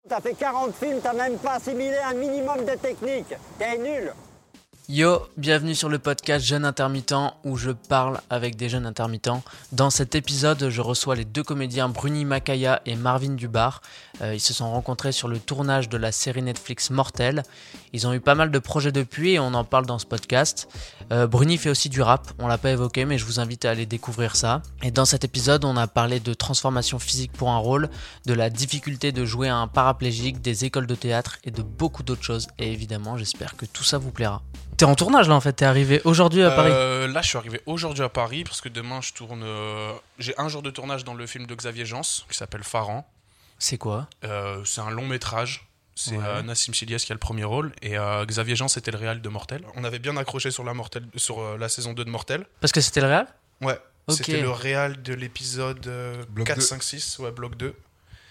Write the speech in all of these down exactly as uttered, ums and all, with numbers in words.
T'as fait quarante films, t'as même pas assimilé un minimum de technique. T'es nul. Yo, bienvenue sur le podcast Jeunes Intermittents où je parle avec des jeunes intermittents. Dans cet épisode, je reçois les deux comédiens Bruni Makaya et Marvin Dubar. Euh, ils se sont rencontrés sur le tournage de la série Netflix Mortel. Ils ont eu pas mal de projets depuis et on en parle dans ce podcast. Euh, Bruni fait aussi du rap, on l'a pas évoqué mais je vous invite à aller découvrir ça. Et dans cet épisode, on a parlé de transformation physique pour un rôle, de la difficulté de jouer à un paraplégique, des écoles de théâtre et de beaucoup d'autres choses. Et évidemment, j'espère que tout ça vous plaira. T'es en tournage là en fait, t'es arrivé aujourd'hui à Paris. Euh, là je suis arrivé aujourd'hui à Paris parce que demain je tourne. Euh, j'ai un jour de tournage dans le film de Xavier Jeans qui s'appelle Pharan. C'est quoi euh, C'est un long métrage. C'est ouais. euh, Nassim Sylies qui a le premier rôle et euh, Xavier Jeans était le réal de Mortel. On avait bien accroché sur la, Mortel, sur, euh, la saison deux de Mortel. Parce que c'était le réal. Ouais, okay. C'était le réal de l'épisode euh, quatre, cinq, six, ouais, bloc deux.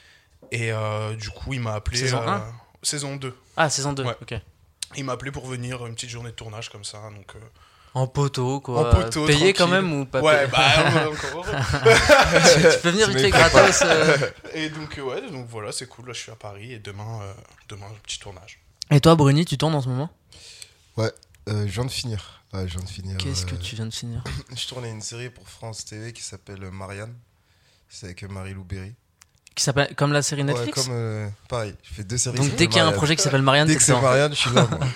Et euh, du coup il m'a appelé... Saison euh, un Saison deux. Ah, saison deux, ouais. ok. Il m'a appelé pour venir une petite journée de tournage comme ça, donc... Euh... En poteau, quoi. En poteau, payé tranquille. Quand même ou pas ouais, payé bah, encore. Tu peux venir vite fait gratos. Euh... Et donc, euh, ouais, donc voilà, c'est cool. Là, je suis à Paris et demain, euh, demain, petit tournage. Et toi, Bruni, tu tournes en ce moment ? Ouais, euh, je viens de finir. Ouais, je viens de finir. Qu'est-ce euh... que tu viens de finir ? Je tournais une série pour France T V qui s'appelle Marianne. C'est avec Marie-Lou Berry. Qui s'appelle comme la série Netflix ? Ouais, comme euh, pareil. Je fais deux séries. Donc dès qu'il y a un projet qui s'appelle Marianne, dès t'es que c'est dedans. Marianne, je suis là. Moi.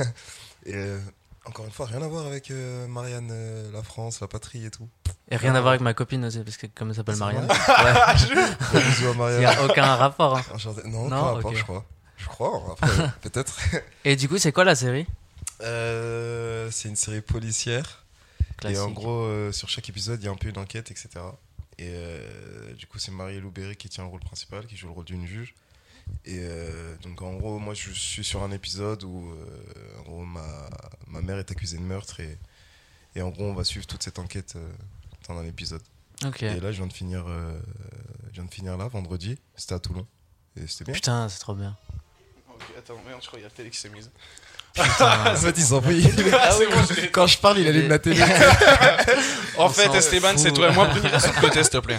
Et euh, encore une fois, rien à voir avec euh, Marianne, euh, la France, la patrie et tout. Et rien à voir avec ma copine aussi, parce que comme elle s'appelle C'est Marianne. Ouais. Bisous à Marianne. Il n'y a aucun rapport. Hein. Enchanté. Non, Non, pas rapport, okay. je crois. Je crois, après, peut-être. Et du coup, c'est quoi la série ? euh, C'est une série policière. Classique. Et en gros, euh, sur chaque épisode, il y a un peu une enquête, et cetera. Et euh, du coup, c'est Marie-Lou Berry qui tient le rôle principal, qui joue le rôle d'une juge. Et euh, donc, en gros, moi, je suis sur un épisode où euh, en gros, ma, ma mère est accusée de meurtre. Et, et en gros, on va suivre toute cette enquête euh, pendant l'épisode. Okay. Et là, je viens de finir, euh, je viens de finir là, vendredi. C'était à Toulon. Et c'était bien. Putain, c'est trop bien. Ok, attends, merde, je crois qu'il y a la télé qui s'est mise. En fait, il s'en fout. Ah, c'est bon, je Quand je parle, il allume la télé. En fait, Esteban, c'est toi et moi. Bruni, reste de côté, s'il te plaît.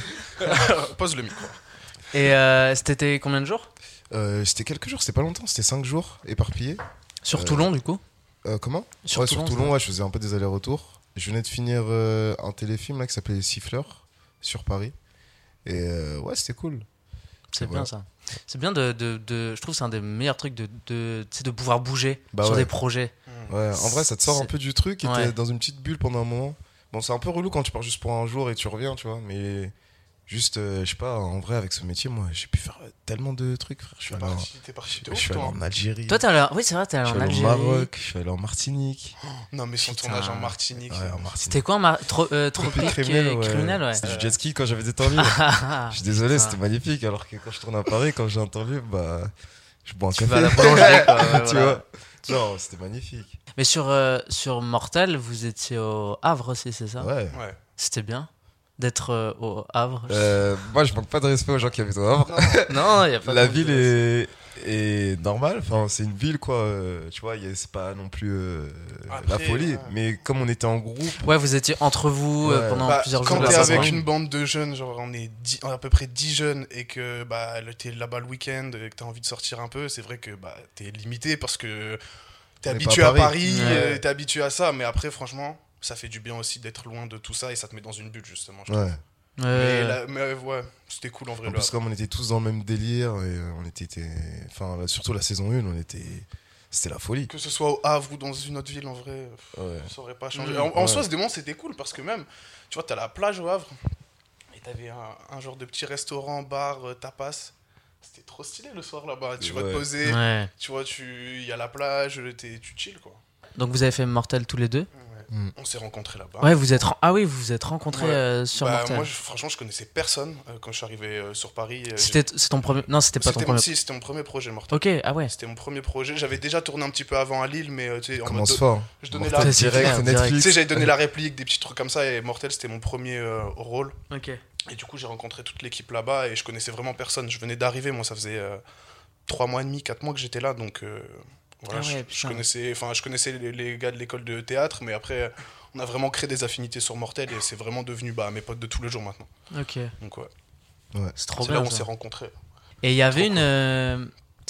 Pose le micro. Et euh, c'était combien de jours ? euh, C'était quelques jours, c'était pas longtemps, c'était cinq jours éparpillés. Sur euh, Toulon, du coup ? euh, Comment Sur ouais, Toulon, sur Toulon, ouais, je faisais un peu des allers-retours. Je venais de finir euh, un téléfilm là, qui s'appelait Les Siffleurs sur Paris. Et euh, ouais, c'était cool. C'est ouais. bien ça. C'est bien de, de, de. Je trouve que c'est un des meilleurs trucs de, de, de pouvoir bouger bah sur ouais. des projets. Ouais, en vrai, ça te sort c'est... un peu du truc et ouais. t'es dans une petite bulle pendant un moment. Bon, c'est un peu relou quand tu pars juste pour un jour et tu reviens, tu vois, mais juste, euh, je sais pas, en vrai, avec ce métier, moi, j'ai pu faire tellement de trucs, frère. Je suis T'es allé en, parti, t'es parti de je suis allé toi. en Algérie. Toi, t'es allé... Oui, c'est vrai, t'es allé je en suis allé Algérie. au Maroc, je suis allé en Martinique. Oh, non, mais son Putain. tournage en Martinique. Ouais, en Martinique. C'était quoi, Mar... Tro... euh, Tropique criminel, ouais. criminel, ouais. C'était du jet ski quand j'avais des temps libres. Je suis désolé, Putain. c'était magnifique. Alors que quand je tourne à Paris, quand j'ai un temps libre, bah, je bois un Tu café. vas à la boulangerie, quoi. Ouais, tu voilà. vois. Non, c'était magnifique. Mais sur, euh, sur Mortel, vous étiez au Havre aussi, c'est ça ? Ouais. Ouais. C'était bien d'être euh, au Havre. Euh, moi, je manque pas de respect aux gens qui habitent au Havre. Non, il y a pas La de... ville est, est normale. Enfin, c'est une ville, quoi. Euh, tu vois, y a- c'est pas non plus euh, Après, la folie. ouais. Mais comme on était en groupe, Ouais, vous étiez entre vous euh, Ouais. pendant Bah, plusieurs quand jours. t'es là, ça avec se une rend. bande de jeunes, genre on est dix, à peu près dix jeunes et que bah, t'es là-bas le week-end et que t'as envie de sortir un peu, c'est vrai que bah, t'es limité parce que t'es On est habitué pas à à Paris, Paris. euh, Ouais. t'es habitué à ça, mais après franchement, ça fait du bien aussi d'être loin de tout ça et ça te met dans une bulle justement. Je trouve. ouais. Ouais. Mais, là- mais ouais, c'était cool en vrai. En le plus, Havre. comme on était tous dans le même délire, et euh, on était, était- enfin, là, surtout la saison un, on était, c'était la folie. Que ce soit au Havre ou dans une autre ville en vrai, Ouais. ça aurait pas changé. Mmh. En, en Ouais. soi, ce moment c'était cool parce que même, tu vois, t'as la plage au Havre et t'avais un, un genre de petit restaurant, bar, euh, tapas. C'était trop stylé le soir là-bas. Tu vas Ouais. te poser, Ouais. tu vois, tu il y a la plage, t'es- tu chill quoi. Donc vous avez fait Mortel tous les deux ? Ouais. Mm. On s'est rencontrés là-bas. Ouais, vous êtes ren- ah oui, vous vous êtes rencontrés Ouais. euh, sur Bah, Mortel. moi, je- franchement, je connaissais personne euh, quand je suis arrivé euh, sur Paris. euh, C'était c'est ton premier non, c'était j'ai- pas ton c'était mon, premier. si, c'était mon premier projet Mortel. OK, ah ouais. C'était mon premier projet. J'avais déjà tourné un petit peu avant à Lille, mais euh, tu sais, en Commence mode- fort. je donnais Mortel la- C'est direct, clair, Netflix. direct. Tu sais, j'avais donné la réplique, des petits trucs comme ça, et Mortel, c'était mon premier euh, rôle. OK. Et du coup, j'ai rencontré toute l'équipe là-bas, et je connaissais vraiment personne. Je venais d'arriver, moi, ça faisait euh, trois mois et demi, quatre mois que j'étais là, donc euh, voilà, Ah ouais, je, je putain. connaissais, enfin, je connaissais les, les gars de l'école de théâtre, mais après, on a vraiment créé des affinités sur Mortel, et c'est vraiment devenu bah, mes potes de tous les jours maintenant. OK. Donc ouais, C'est trop c'est bien. là où on ça. s'est rencontrés. Et il y avait Trop une cool. euh,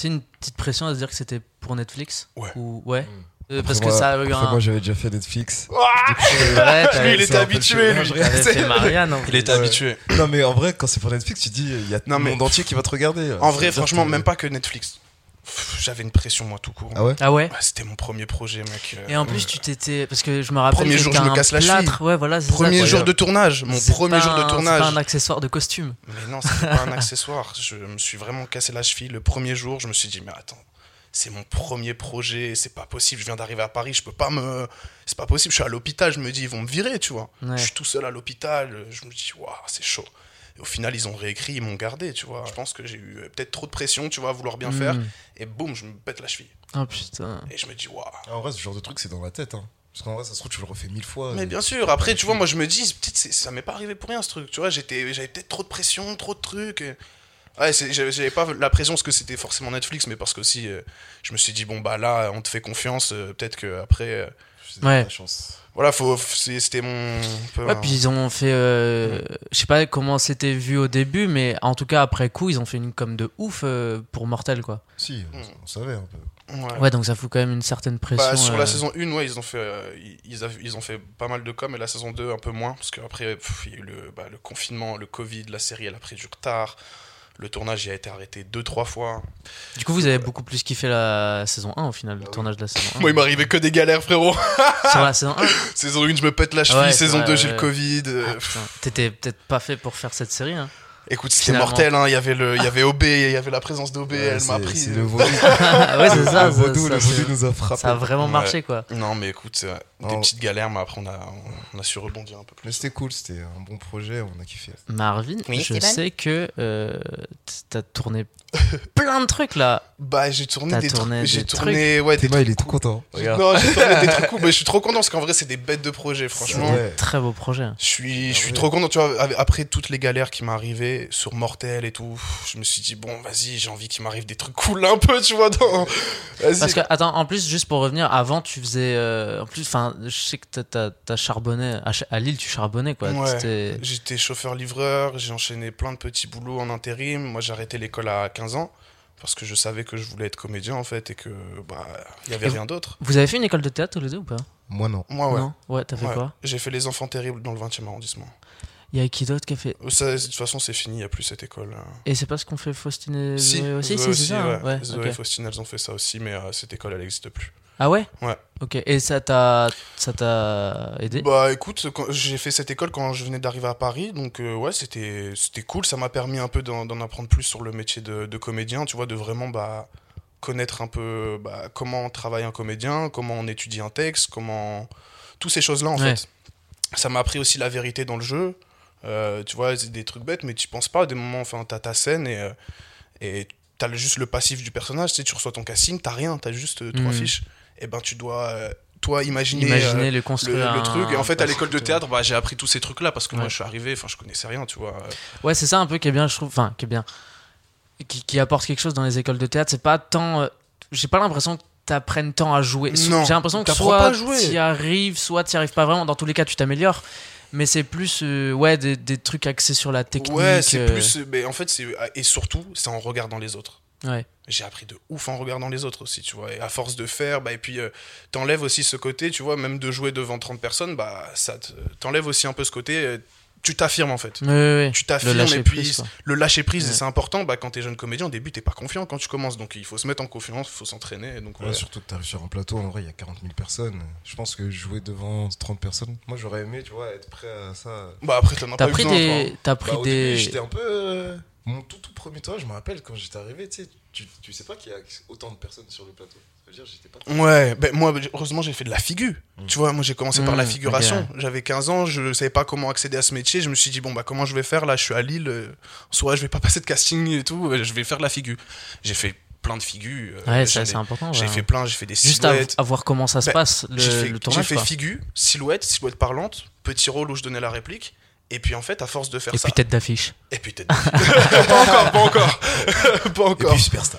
Tu sais, une petite pression à se dire que c'était pour Netflix. Ouais. Ou ouais. Mm. Euh, parce Après, que moi, ça a eu après, un. moi j'avais déjà fait Netflix. Ouah Du coup, euh, Ouais, Lui, t'avais- il était c'est un peu habitué, le- lui. t'avais fait Marianne. en Il plus. était Ouais. habitué. Non mais en vrai quand c'est pour Netflix tu dis il y a Non, le mais- monde entier qui va te regarder. En Ça vrai, veut dire franchement, que- même pas que Netflix. Pff, J'avais une pression, moi, tout court. Ah ouais. Ah ouais. Ouais, c'était mon premier projet, mec. euh, Et en plus, tu t'étais. Parce que je me rappelle. Premier que jour, t'as je me un casse la plâtre. cheville. Ouais, voilà, c'est ça, Premier quoi. jour de tournage, mon C'est premier pas jour de un- C'est tournage. pas un accessoire de costume. Mais non, c'était pas un accessoire. Je me suis vraiment cassé la cheville. Le premier jour, je me suis dit, mais attends, c'est mon premier projet, c'est pas possible. Je viens d'arriver à Paris, je peux pas me. C'est pas possible, je suis à l'hôpital, je me dis, ils vont me virer, tu vois. Ouais. Je suis tout seul à l'hôpital, je me dis, waouh, c'est chaud. Et au final, ils ont réécrit, ils m'ont gardé, tu vois. Je pense que j'ai eu euh, peut-être trop de pression, tu vois, à vouloir bien faire. Mm. Et boum, je me pète la cheville. Oh putain. Et je me dis, waouh. Ah, en vrai ce genre de truc c'est dans la tête hein. Parce qu'en vrai ça se trouve tu le refais mille fois. Mais et- bien sûr, après, tu vois, moi je me dis, peut-être c'est- ça m'est pas arrivé pour rien ce truc, tu vois, j'étais, j'avais peut-être trop de pression, trop de trucs. et- Ouais, c'est- j'avais j'avais pas la pression parce que c'était forcément Netflix, mais parce que aussi, euh, je me suis dit, bon, bah là, on te fait confiance, euh, peut-être qu'après. Euh, C'est Ouais. la chance. voilà, faut, c'est- c'était mon. un peu Ouais, un- puis ils ont fait. euh, Je sais pas comment c'était vu au début, mais en tout cas, après coup, ils ont fait une com de ouf euh, pour Mortel, quoi. Si on, Mm. on savait un peu. Ouais. Ouais, donc ça fout quand même une certaine pression. Bah, sur euh, la saison un, ouais, ils ont fait, euh, ils, ils avaient- ils ont fait pas mal de com, et la saison deux, un peu moins, parce qu'après, pff, il y a eu le, bah, le confinement, le Covid, la série, elle a pris du retard. Le tournage, il a été arrêté deux, trois fois. Du coup, vous avez beaucoup plus kiffé la saison un au final, le Ah oui. tournage de la saison un. Moi, il m'arrivait que des galères, frérot. Sur la saison un. Saison un, je me pète la cheville. Ouais, c'est Saison vrai, deux, ouais, j'ai ouais. le Covid. euh, Ah, putain. T'étais peut-être pas fait pour faire cette série, hein. Écoute, c'était Finalement. mortel, hein. Il y avait le, il y avait O B, il y avait la présence d'O B, Ouais, elle m'a c'est- pris. C'est euh. le vaudou. ouais, c'est ça. Le ça, vaudou, ça, le c'est- vaudou nous a frappé. ça a vraiment Ouais. marché, quoi. Non, mais écoute, euh, des Non. petites galères, mais après, on a, on a su rebondir un peu Mais plus. c'était cool, c'était un bon projet, on a kiffé. Marvin, Oui, je Steven sais que euh, t'as tourné plein de trucs là. Bah, j'ai tourné T'as des tourné trucs. J'ai des tourné, ouais, des Théma, il trucs est tout cool. content. Regarde. Non, j'ai tourné des trucs cool, mais je suis trop content parce qu'en vrai, c'est des bêtes de projets, franchement. Ouais. Très beau projet. Je suis, je Ah suis ouais. trop content, tu vois, avec- après toutes les galères qui m'arrivaient sur Mortel et tout, je me suis dit, bon, vas-y, j'ai envie qu'il m'arrive des trucs cool un peu, tu vois, dans... Vas-y. Parce que, attends, en plus, juste pour revenir, avant, tu faisais. euh, en plus, enfin, je sais que t'as- t'as t'as charbonné. À, Ch- à Lille, tu charbonnais, quoi. Ouais. C'était- J'étais chauffeur-livreur, j'ai enchaîné plein de petits boulots en intérim. Moi, j'ai arrêté l'école à quinze ans parce que je savais que je voulais être comédien, en fait, et que, bah, il y avait Et rien d'autre. Vous avez fait une école de théâtre tous les deux ou pas? Moi non. Moi, ouais. Non. Ouais, t'as fait Ouais. quoi? J'ai fait Les Enfants Terribles dans le vingtième arrondissement. Il y a qui d'autre qui a fait. Ça, de toute façon, c'est fini, il n'y a plus cette école. hein. Et c'est pas ce qu'on fait Faustine et Si, Zoé aussi? Zoé Si, c'est ça. ouais. hein. Ouais, Zoé ok. et Faustine, elles ont fait ça aussi, mais euh, cette école, elle n'existe plus. Ah ouais? Ouais. Ok. Et ça t'a ça t'a aidé? Bah écoute, quand- j'ai fait cette école quand je venais d'arriver à Paris, donc euh, ouais, c'était c'était cool, ça m'a permis un peu d'en d'en apprendre plus sur le métier de, de comédien, tu vois, de vraiment bah, connaître un peu bah, comment travaille un comédien, comment on étudie un texte, comment... Toutes ces choses-là, en Ouais. fait. Ça m'a appris aussi la vérité dans le jeu, euh, tu vois, c'est des trucs bêtes, mais tu penses pas, à des moments, enfin, t'as ta scène et... euh, et t'as le- juste le passif du personnage, tu sais, tu reçois ton casting, t'as rien, t'as juste euh, trois Mhm. fiches, et ben tu dois, euh, toi, imaginer... Imaginer euh, le le, construire. le un- truc, et en fait à l'école de un- théâtre, bah, j'ai appris tous ces trucs-là, parce que moi Ouais. je suis arrivé, enfin je connaissais rien, tu vois. Ouais, c'est ça un peu qui est bien, je trouve. Enfin, qui est bien. Qui, qui apporte quelque chose dans les écoles de théâtre. C'est pas tant. euh, J'ai pas l'impression que t'apprennes tant à jouer. So- Non, J'ai l'impression que t'apprends soit pas à jouer. t'y arrives, soit t'y arrives pas vraiment. Dans tous les cas, tu t'améliores. Mais c'est plus euh, ouais, des, des trucs axés sur la technique. Ouais, c'est euh, plus, mais en fait, c'est, et surtout, c'est en regardant les autres. Ouais. J'ai appris de ouf en regardant les autres aussi, tu vois. Et à force de faire, bah, et puis euh, t'enlèves aussi ce côté, tu vois, même de jouer devant trente personnes, bah, ça te- t'enlève aussi un peu ce côté, euh, tu t'affirmes en fait. Ouais, ouais, ouais. Tu Le t'affirmes lâcher et puis prise, quoi. le lâcher prise, et Ouais. c'est important. Bah, quand t'es jeune comédien, au début, t'es pas confiant quand tu commences, donc il faut se mettre en confiance, il faut s'entraîner. et Donc, Ouais, ouais. surtout que t'arrives sur un plateau, en vrai, il y a quarante mille personnes. Je pense que jouer devant trente personnes, moi j'aurais aimé, tu vois, être prêt à ça. Bah, après, t'en as T'as pas eu pris besoin, des. toi. T'as Bah, pris au des. début, j'étais un peu. euh, Mon tout tout premier tour, je me rappelle quand j'étais arrivé, tu sais, tu, tu sais pas qu'il y a autant de personnes sur le plateau. Ça veut dire, j'étais pas. Ouais, ben moi, heureusement, j'ai fait de la figure. Mm. Tu vois, moi, j'ai commencé par Mm, la figuration. ok. J'avais quinze ans, je savais pas comment accéder à ce métier. Je me suis dit, bon, bah, comment je vais faire là? Je suis à Lille, euh, soit je vais pas passer de casting et tout, euh, je vais faire de la figure. J'ai fait plein de figures. euh, Ouais, j'en ça, ai- c'est important. J'ai ouais. fait plein, j'ai fait des Juste à, silhouettes. à voir comment ça se Ben, passe, le, j'ai fait, le j'ai tournage. fait quoi. figure, silhouette, silhouette parlante, petit rôle où je donnais la réplique. Et puis en fait, à force de faire Et ça. puis tête d'affiche. Et puis tête d'affiche. Pas encore, pas encore. Pas Et encore. puis superstar.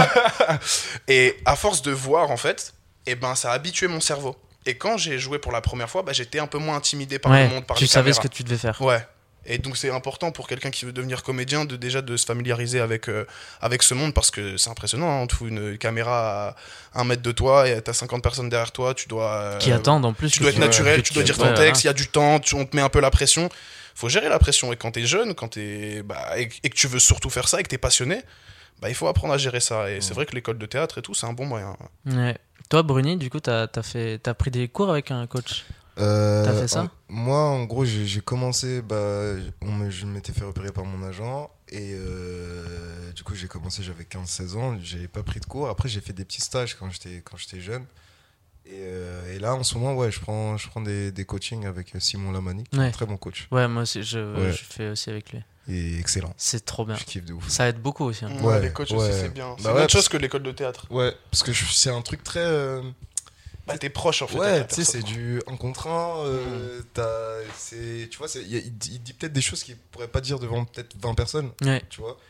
Et à force de voir, en fait, et ben, ça a habitué mon cerveau. Et quand j'ai joué pour la première fois, bah, j'étais un peu moins intimidé par Ouais, le monde, par tu les savais ce caméras. que tu devais faire. Ouais. Et donc c'est important pour quelqu'un qui veut devenir comédien de déjà de se familiariser avec, euh, avec ce monde parce que c'est impressionnant, hein, on te fout une caméra à un mètre de toi et t'as cinquante personnes derrière toi, tu dois... Euh, qui attendent en plus. Tu dois être naturel, ouais, tu dois dire ton ouais, texte, il ouais. y a du temps, tu, on te met un peu la pression. Faut gérer la pression et quand t'es jeune, quand t'es, bah, et, et que tu veux surtout faire ça et que t'es passionné, bah, il faut apprendre à gérer ça. Et ouais. c'est vrai que l'école de théâtre et tout, c'est un bon moyen. Ouais. Toi, Bruni, du coup, t'as, t'as, fait, t'as pris des cours avec un coach euh, T'as fait ça en, Moi, en gros, j'ai, j'ai commencé, bah, on me, je m'étais fait repérer par mon agent. Et euh, du coup, j'ai commencé, j'avais quinze seize ans. J'avais pas pris de cours. Après, j'ai fait des petits stages quand j'étais, quand j'étais jeune. Et, euh, et là, en ce moment, ouais, je prends, je prends des, des coachings avec Simon Lamani, qui ouais. est un très bon coach. Ouais, moi aussi, je, ouais. je fais aussi avec lui. Et excellent. C'est trop bien. Je kiffe de ouf. Ça aide beaucoup aussi. Hein. Ouais, ouais, les coachs ouais. aussi, c'est bien. C'est bah une ouais, autre chose que l'école de théâtre. Ouais, parce que je, c'est un truc très... Euh... Bah, t'es proche en fait. Ouais, tu sais, c'est du un contre un. Euh, mmh. t'as, c'est, tu vois, c'est, y a, il, dit, il dit peut-être des choses qu'il pourrait pas dire devant peut-être vingt personnes. Ouais. Tu vois.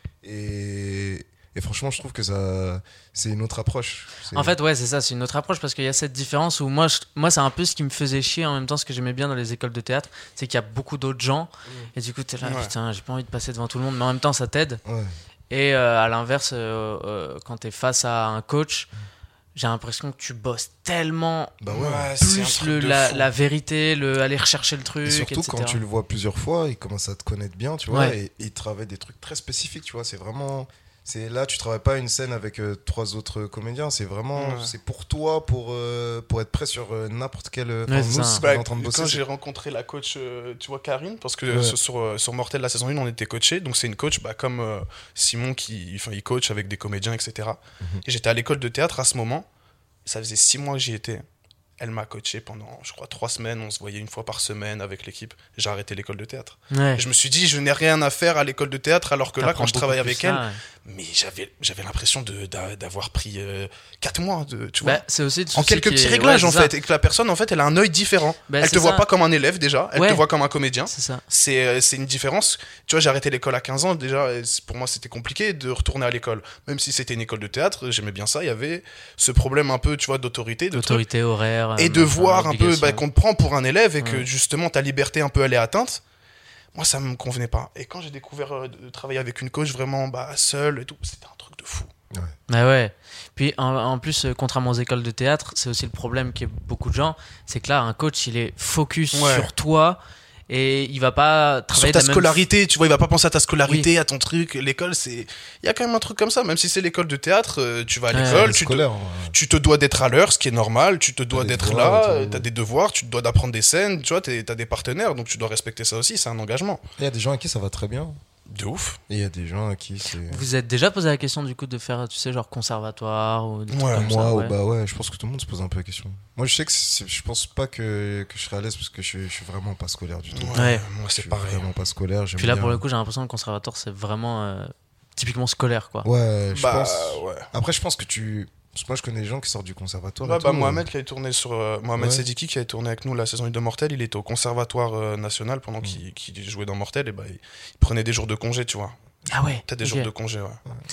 Et, et franchement, je trouve que ça, c'est une autre approche. C'est... En fait, ouais, c'est ça, c'est une autre approche parce qu'il y a cette différence où moi, je, moi, c'est un peu ce qui me faisait chier en même temps, ce que j'aimais bien dans les écoles de théâtre, c'est qu'il y a beaucoup d'autres gens. Mmh. Et du coup, t'es là, ouais. putain, j'ai pas envie de passer devant tout le monde, mais en même temps, ça t'aide. Ouais. Et euh, à l'inverse, euh, euh, quand t'es face à un coach, j'ai l'impression que tu bosses tellement bah ouais, plus le, la, la vérité, le aller rechercher le truc, et surtout et cetera. Quand tu le vois plusieurs fois, il commence à te connaître bien, tu vois, ouais. et, et il travaille des trucs très spécifiques, tu vois, c'est vraiment... C'est là, tu travailles pas une scène avec euh, trois autres comédiens, c'est vraiment ouais. c'est pour toi, pour, euh, pour être prêt sur euh, n'importe quel. Euh, ouais, nous, bah, en train de bosser, quand c'est... j'ai rencontré la coach, euh, tu vois, Karine, parce que ouais. sur, sur, sur Mortel, la saison un, on était coachés, donc c'est une coach bah, comme euh, Simon qui il coach avec des comédiens, et cetera. Mm-hmm. Et j'étais à l'école de théâtre à ce moment, ça faisait six mois que j'y étais. Elle m'a coaché pendant, je crois, trois semaines. On se voyait une fois par semaine avec l'équipe. J'ai arrêté l'école de théâtre. Ouais. Je me suis dit, je n'ai rien à faire à l'école de théâtre, alors que T'apprends là, quand je travaille avec elle, ça, ouais. mais j'avais, j'avais l'impression de, d'avoir pris euh, quatre mois, de, tu bah, vois. C'est aussi en quelques petits est... réglages, ouais, en fait. Et que la personne, en fait, elle a un œil différent. Bah, elle te ça. voit pas comme un élève, déjà. Elle ouais. te voit comme un comédien. C'est ça. C'est, c'est une différence. Tu vois, j'ai arrêté l'école à quinze ans. Déjà, pour moi, c'était compliqué de retourner à l'école. Même si c'était une école de théâtre, j'aimais bien ça. Il y avait ce problème un peu, tu vois, d'autorité. De d'autorité truc. Horaire. Et de voir un peu bah, qu'on te prend pour un élève et que ouais. justement ta liberté un peu elle est atteinte. Moi ça me convenait pas. Et quand j'ai découvert euh, de travailler avec une coach vraiment bah, seule et tout, c'était un truc de fou. Ouais. Ah ouais. Puis en, en plus, contrairement aux écoles de théâtre, c'est aussi le problème qu'est beaucoup de gens, c'est que là un coach il est focus ouais. sur toi. Et il va pas travailler sur ta scolarité, même... tu vois, il va pas penser à ta scolarité, oui. à ton truc. L'école, c'est, il y a quand même un truc comme ça. Même si c'est l'école de théâtre, tu vas à l'école, ouais, tu, scolaire, te... ouais. tu te dois d'être à l'heure, ce qui est normal. Tu te dois t'as d'être devoirs, là, t'as des devoirs, tu te dois d'apprendre des scènes. Tu vois, t'as des partenaires, donc tu dois respecter ça aussi. C'est un engagement. Il y a des gens à qui ça va très bien. De ouf. Et il y a des gens à qui c'est. Vous êtes déjà posé la question du coup de faire, tu sais, genre conservatoire ou des ouais, trucs comme moi, ça, ouais. bah ouais, je pense que tout le monde se pose un peu la question. Moi, je sais que c'est, je pense pas que, que je serai à l'aise parce que je, je suis vraiment pas scolaire du tout. Ouais, ouais. Moi c'est je pareil. suis vraiment pas scolaire. Puis là, bien... pour le coup, j'ai l'impression que le conservatoire c'est vraiment euh, typiquement scolaire, quoi. Ouais, je bah, pense. Ouais. Après, je pense que tu. Parce que moi, je connais des gens qui sortent du conservatoire. Ouais, et bah, tout, Mohamed euh... qui a tourné sur euh, Mohamed ouais. Sediki qui a tourné avec nous la saison un de Mortel, il était au conservatoire euh, national pendant mmh. qu'il, qu'il jouait dans Mortel et bah il, il prenait des jours de congé, tu vois. Ah ouais. T'as des okay. jours de congé, ouais.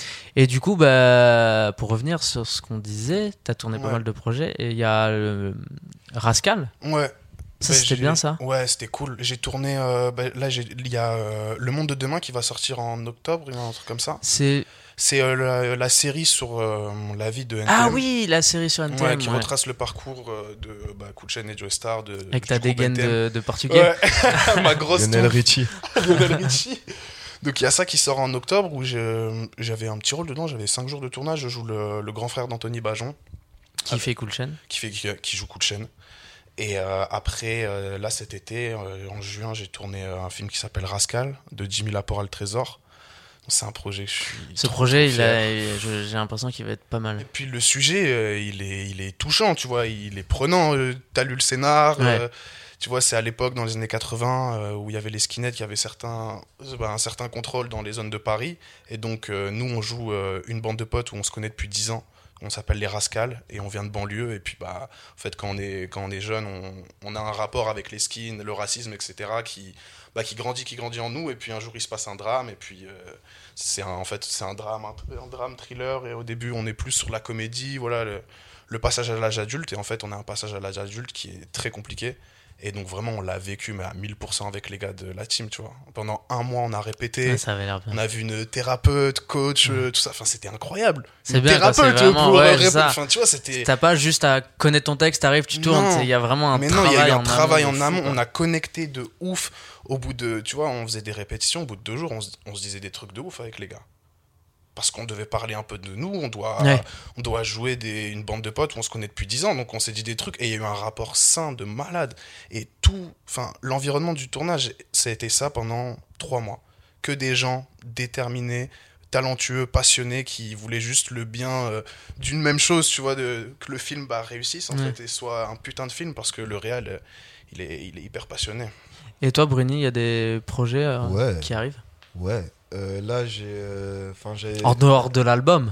Et du coup, bah, pour revenir sur ce qu'on disait, t'as tourné ouais. pas mal de projets et il y a le Rascal. Ouais. Ça, bah, c'était bien ça. Ouais, c'était cool. J'ai tourné. Euh, bah, là, il y a euh, Le Monde de Demain qui va sortir en octobre, il y a un truc comme ça. C'est. C'est euh, la, la série sur euh, la vie de N T M. Ah oui, la série sur N T M. Ouais, qui ouais. retrace le parcours euh, de bah, Kulchen et Joe Star. De, Avec ta dégaine de, de portugais. Ouais. Ma grosse Lionel Richie. Lionel Richie. Donc il y a ça qui sort en octobre où je, j'avais un petit rôle dedans, j'avais cinq jours de tournage, je joue le, le grand frère d'Anthony Bajon. Qui avec, fait Kulchen. Qui, fait, qui, qui joue Kulchen. Et euh, après, euh, là cet été, euh, en juin, j'ai tourné euh, un film qui s'appelle Rascal, de Jimmy Laporte al Trésor. C'est un projet que je suis. Ce projet, il a, il, j'ai l'impression qu'il va être pas mal. Et puis le sujet, euh, il, est, il est touchant, tu vois, il est prenant. Euh, t'as lu le scénar, ouais. euh, tu vois, c'est à l'époque, dans les années quatre-vingts, euh, où il y avait les skinheads qui avaient certains, bah, un certain contrôle dans les zones de Paris. Et donc, euh, nous, on joue euh, une bande de potes où on se connaît depuis dix ans. On s'appelle les Rascals et on vient de banlieue. Et puis, bah, en fait, quand on est, quand on est jeune, on, on a un rapport avec les skins, le racisme, et cetera, qui, bah, qui grandit, qui grandit en nous. Et puis, un jour, il se passe un drame. Et puis, euh, c'est un, en fait, c'est un drame, un, un drame thriller. Et au début, on est plus sur la comédie. Voilà, le, le passage à l'âge adulte. Et en fait, on a un passage à l'âge adulte qui est très compliqué. Et donc vraiment, on l'a vécu mais à mille pour cent avec les gars de la team, tu vois. Pendant un mois, on a répété. Ouais, ça avait l'air bien. On a vu une thérapeute, coach, euh, tout ça. Enfin, c'était incroyable. C'est Une bien, quoi, c'est thérapeute vraiment- pour ouais, euh, c'est répéter. ça. Enfin, tu vois, c'était... T'as pas juste à connaître ton texte, t'arrives, tu tournes. Non. c'est- Il y a vraiment un Mais non, travail il y a eu un en travail amont de en amont. fou, quoi. On a connecté de ouf. Au bout de, tu vois, on faisait des répétitions. Au bout de deux jours, on se, on se disait des trucs de ouf avec les gars. Parce qu'on devait parler un peu de nous, on doit, Ouais. on doit jouer des, une bande de potes où on se connaît depuis dix ans, donc on s'est dit des trucs, et il y a eu un rapport sain de malade. Et tout, enfin, l'environnement du tournage, ça a été ça pendant trois mois. Que des gens déterminés, talentueux, passionnés, qui voulaient juste le bien euh, d'une même chose, tu vois, de, que le film bah, réussisse, en Ouais. fait, et soit un putain de film, parce que le réal, euh, il est, il est hyper passionné. Et toi, Bruni, il y a des projets euh, Ouais. qui arrivent Ouais. Euh, là, j'ai. Enfin, j'ai. En dehors de l'album.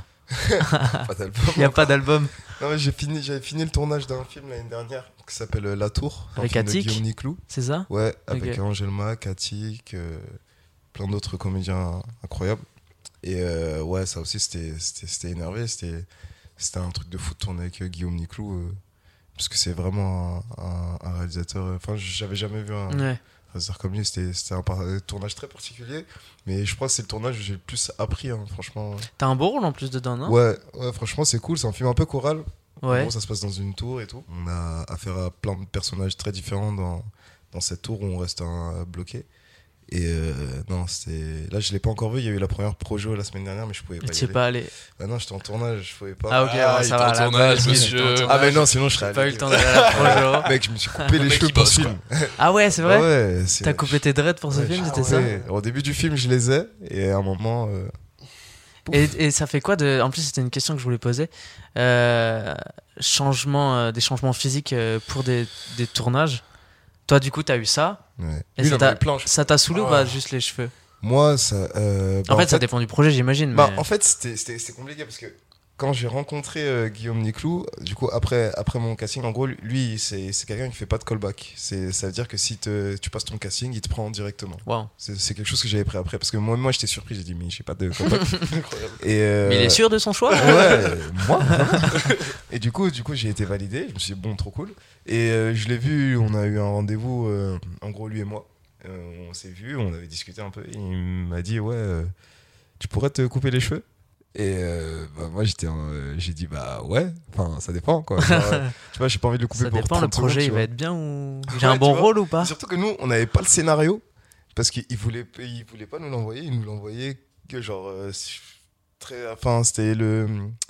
Pas d'album. Il n'y a pas d'album. Non, mais j'ai fini, j'avais fini le tournage d'un film l'année dernière qui s'appelle euh, La Tour. un Avec film de Attic Guillaume Niclou. C'est ça? Ouais, avec Ok. Angelma, Katik, euh, plein d'autres comédiens incroyables. Et euh, ouais, ça aussi, c'était, c'était, c'était énervé. C'était, c'était un truc de fou de tourner avec euh, Guillaume Niclou. euh, parce que c'est vraiment un, un- un réalisateur. Enfin, j'avais jamais vu un Ouais. réalisateur comme lui. C'était, c'était un par- tournage très particulier. Mais je crois que c'est le tournage où j'ai le plus appris, hein, franchement. T'as un beau rôle en plus dedans, non? Ouais, ouais, franchement, c'est cool. C'est un film un peu choral. En Ouais. gros, ça se passe dans une tour et tout. On a affaire à plein de personnages très différents dans, dans cette tour où on reste un, bloqué. Et euh, non, c'était. Là, je l'ai pas encore vu. Il y a eu la première projo la semaine dernière, mais je pouvais pas Tu y sais aller. pas aller. Ah non, j'étais en tournage, je pouvais pas. Ah, ok, Ah, ouais, il ça est va. en la tournage, bonne, monsieur. il est en Ah, tournage. mais non, sinon je serais J'ai pas eu allé. le temps d'aller à la projo. Mec, je me suis coupé les mec, cheveux il pour bosse, ce film. Ah ouais, c'est vrai? Ouais, c'est- T'as coupé tes dreads pour ce Ouais, film, ah c'était ça? ouais. Au début du film, je les ai. Et à un moment. euh, Et, et ça fait quoi de. En plus, c'était une question que je voulais poser. Euh, changement, euh, des changements physiques euh, pour des, des tournages. Toi, du coup, t'as eu ça. Ouais. Et Lui, ça il en t'a- avait plein, je- Ça t'a saoulé ou Oh. pas, juste les cheveux? Moi, ça. euh, bah, En fait, ça dépend du projet, j'imagine. Bah, mais... en fait, c'était c'était- c'était compliqué parce que quand j'ai rencontré euh, Guillaume Niclou, du coup, après, après mon casting, en gros, lui, c'est c'est quelqu'un qui fait pas de callback. C'est- Ça veut dire que si te- tu passes ton casting, il te prend directement. Wow. C'est c'est quelque chose que j'avais pris après parce que moi, moi j'étais surpris, j'ai dit, mais j'ai pas de callback. Et, euh, Mais il est sûr de son choix? Ouais, moi. Et du coup, du coup, j'ai été validé. Je me suis dit, bon, trop cool. Et euh, je l'ai vu, on a eu un rendez-vous, euh, en gros, lui et moi. Euh, on s'est vu, on avait discuté un peu. Et il m'a dit, ouais, euh, tu pourrais te couper les cheveux? Et euh, bah, moi, j'étais, euh, j'ai dit, bah ouais, enfin, ça dépend, quoi. Genre, euh, tu vois, j'ai pas envie de le couper Ça pour dépend, le trente secondes, projet, tu il vois. va être bien ou. J'ai Ouais, un bon tu vois. rôle ou pas? Et surtout que nous, on n'avait pas le scénario parce qu'il voulait, il voulait pas nous l'envoyer. Il nous l'envoyait que genre euh, très, enfin c'était le,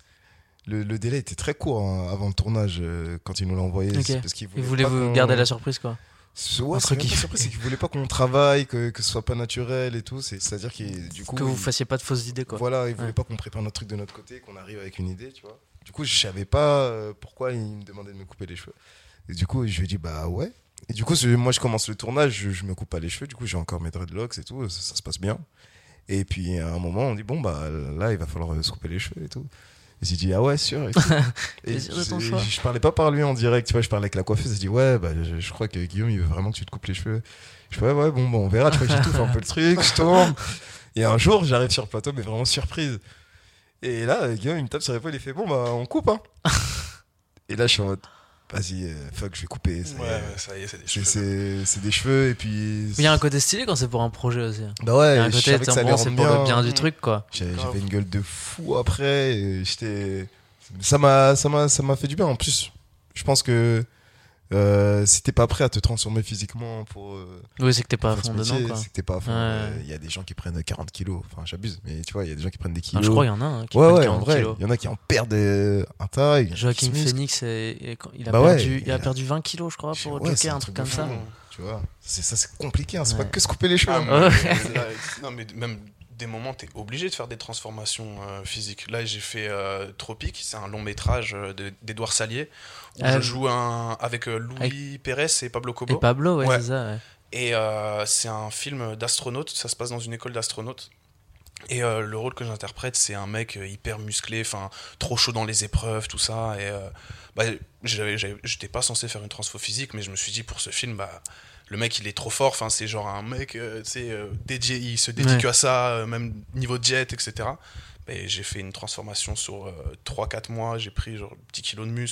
le le délai était très court hein, avant le tournage euh, quand il nous l'a envoyé. Ok. C'est parce qu'il Il voulait voulait pas vous qu'on- garder la surprise, quoi. C'est- Ouais, Entre c'est même pas guillemets. surpris, c'est qu'il voulait pas qu'on travaille, que que ce soit pas naturel et tout. C'est c'est à dire qu'il du coup Que vous il- fassiez pas de fausses idées, quoi. voilà, il voulait Ouais. pas qu'on prépare notre truc de notre côté, qu'on arrive avec une idée, tu vois. Du coup, je savais pas euh, pourquoi il me demandait de me couper les cheveux. Et du coup, je lui ai dit, bah ouais. Et du coup, je- moi, je commence le tournage, je, je me coupe pas les cheveux. Du coup, j'ai encore mes dreadlocks et tout, ça, ça se passe bien. Et puis, à un moment, on dit, bon, bah là, il va falloir euh, se couper les cheveux et tout. Et j'ai dit, ah ouais, sûr. Et, tout. T'es et sûr de ton je, choix je parlais pas par lui en direct, tu vois, je parlais avec la coiffeuse. J'ai dit, ouais, bah, je, je crois que Guillaume, il veut vraiment que tu te coupes les cheveux. Je fais, ouais, ouais, bon, bah, on verra, tu vois, j'étouffe un peu le truc, je tourne. Et un jour, j'arrive sur le plateau, mais vraiment surprise. Et là, Guillaume, il me tape sur l'épaule, il fait, bon, bah, on coupe, hein. Et là, je suis en mode, vas-y, euh, fuck, je vais couper. C'est, Ouais, ouais, ça y est, c'est des c'est, cheveux. c'est, c'est des cheveux, et puis. Il y a un côté stylé quand c'est pour un projet aussi. Bah ouais, Il y a un je côté, savais que ça allait bon, c'est rendre pour bien. le bien du truc, quoi. J'avais, Grave. j'avais une gueule de fou après, et j'étais. Ça m'a, ça, m'a, ça m'a fait du bien. En plus, je pense que euh, si t'es pas prêt à te transformer physiquement pour. Euh, Oui, c'est que t'es pas à pour fond ce métier, dedans, quoi. c'est que t'es pas à fond. Ouais. Euh, Il y a des gens qui prennent quarante kilos. Enfin, j'abuse, mais tu vois, il y a des gens qui prennent des Ah, kilos. je crois qu'il y en a un qui ouais, prennent ouais, en quarante vrai. kilos. Il y en a qui en perdent euh, un taille. Joaquin qui se musclent. Phoenix, et, et quand- il, a Bah ouais, perdu, il a il a- perdu vingt kilos, je crois, pour Ouais, c'est Joker, un un truc truc comme de ça. fou. Tu vois, c'est ça, c'est compliqué. Hein. C'est Ouais. pas que se couper les cheveux. Ah, hein. mais- Ouais. là, non, mais même des moments, t'es obligé de faire des transformations euh, physiques. Là, j'ai fait euh, Tropique, c'est un long métrage euh, de- d'Edouard Salier, où Euh, je joue un, avec euh, Louis Pérez et Pablo Cobo. Et Pablo, ouais, Ouais. c'est ça, ouais. Et euh, c'est un film d'astronaute, ça se passe dans une école d'astronautes. Et euh, le rôle que j'interprète, c'est un mec euh, hyper musclé, enfin trop chaud dans les épreuves, tout ça. Et euh, bah, j'avais, j'avais- j'étais pas censé faire une transfo physique, mais je me suis dit pour ce film, bah, le mec il est trop fort. Enfin, c'est genre un mec, euh, tu sais, euh, dédié, il se dédie Ouais. que à ça, euh, même niveau jet, et cetera. Et j'ai fait une transformation sur euh, trois quatre mois. J'ai pris genre dix kilos de muscles.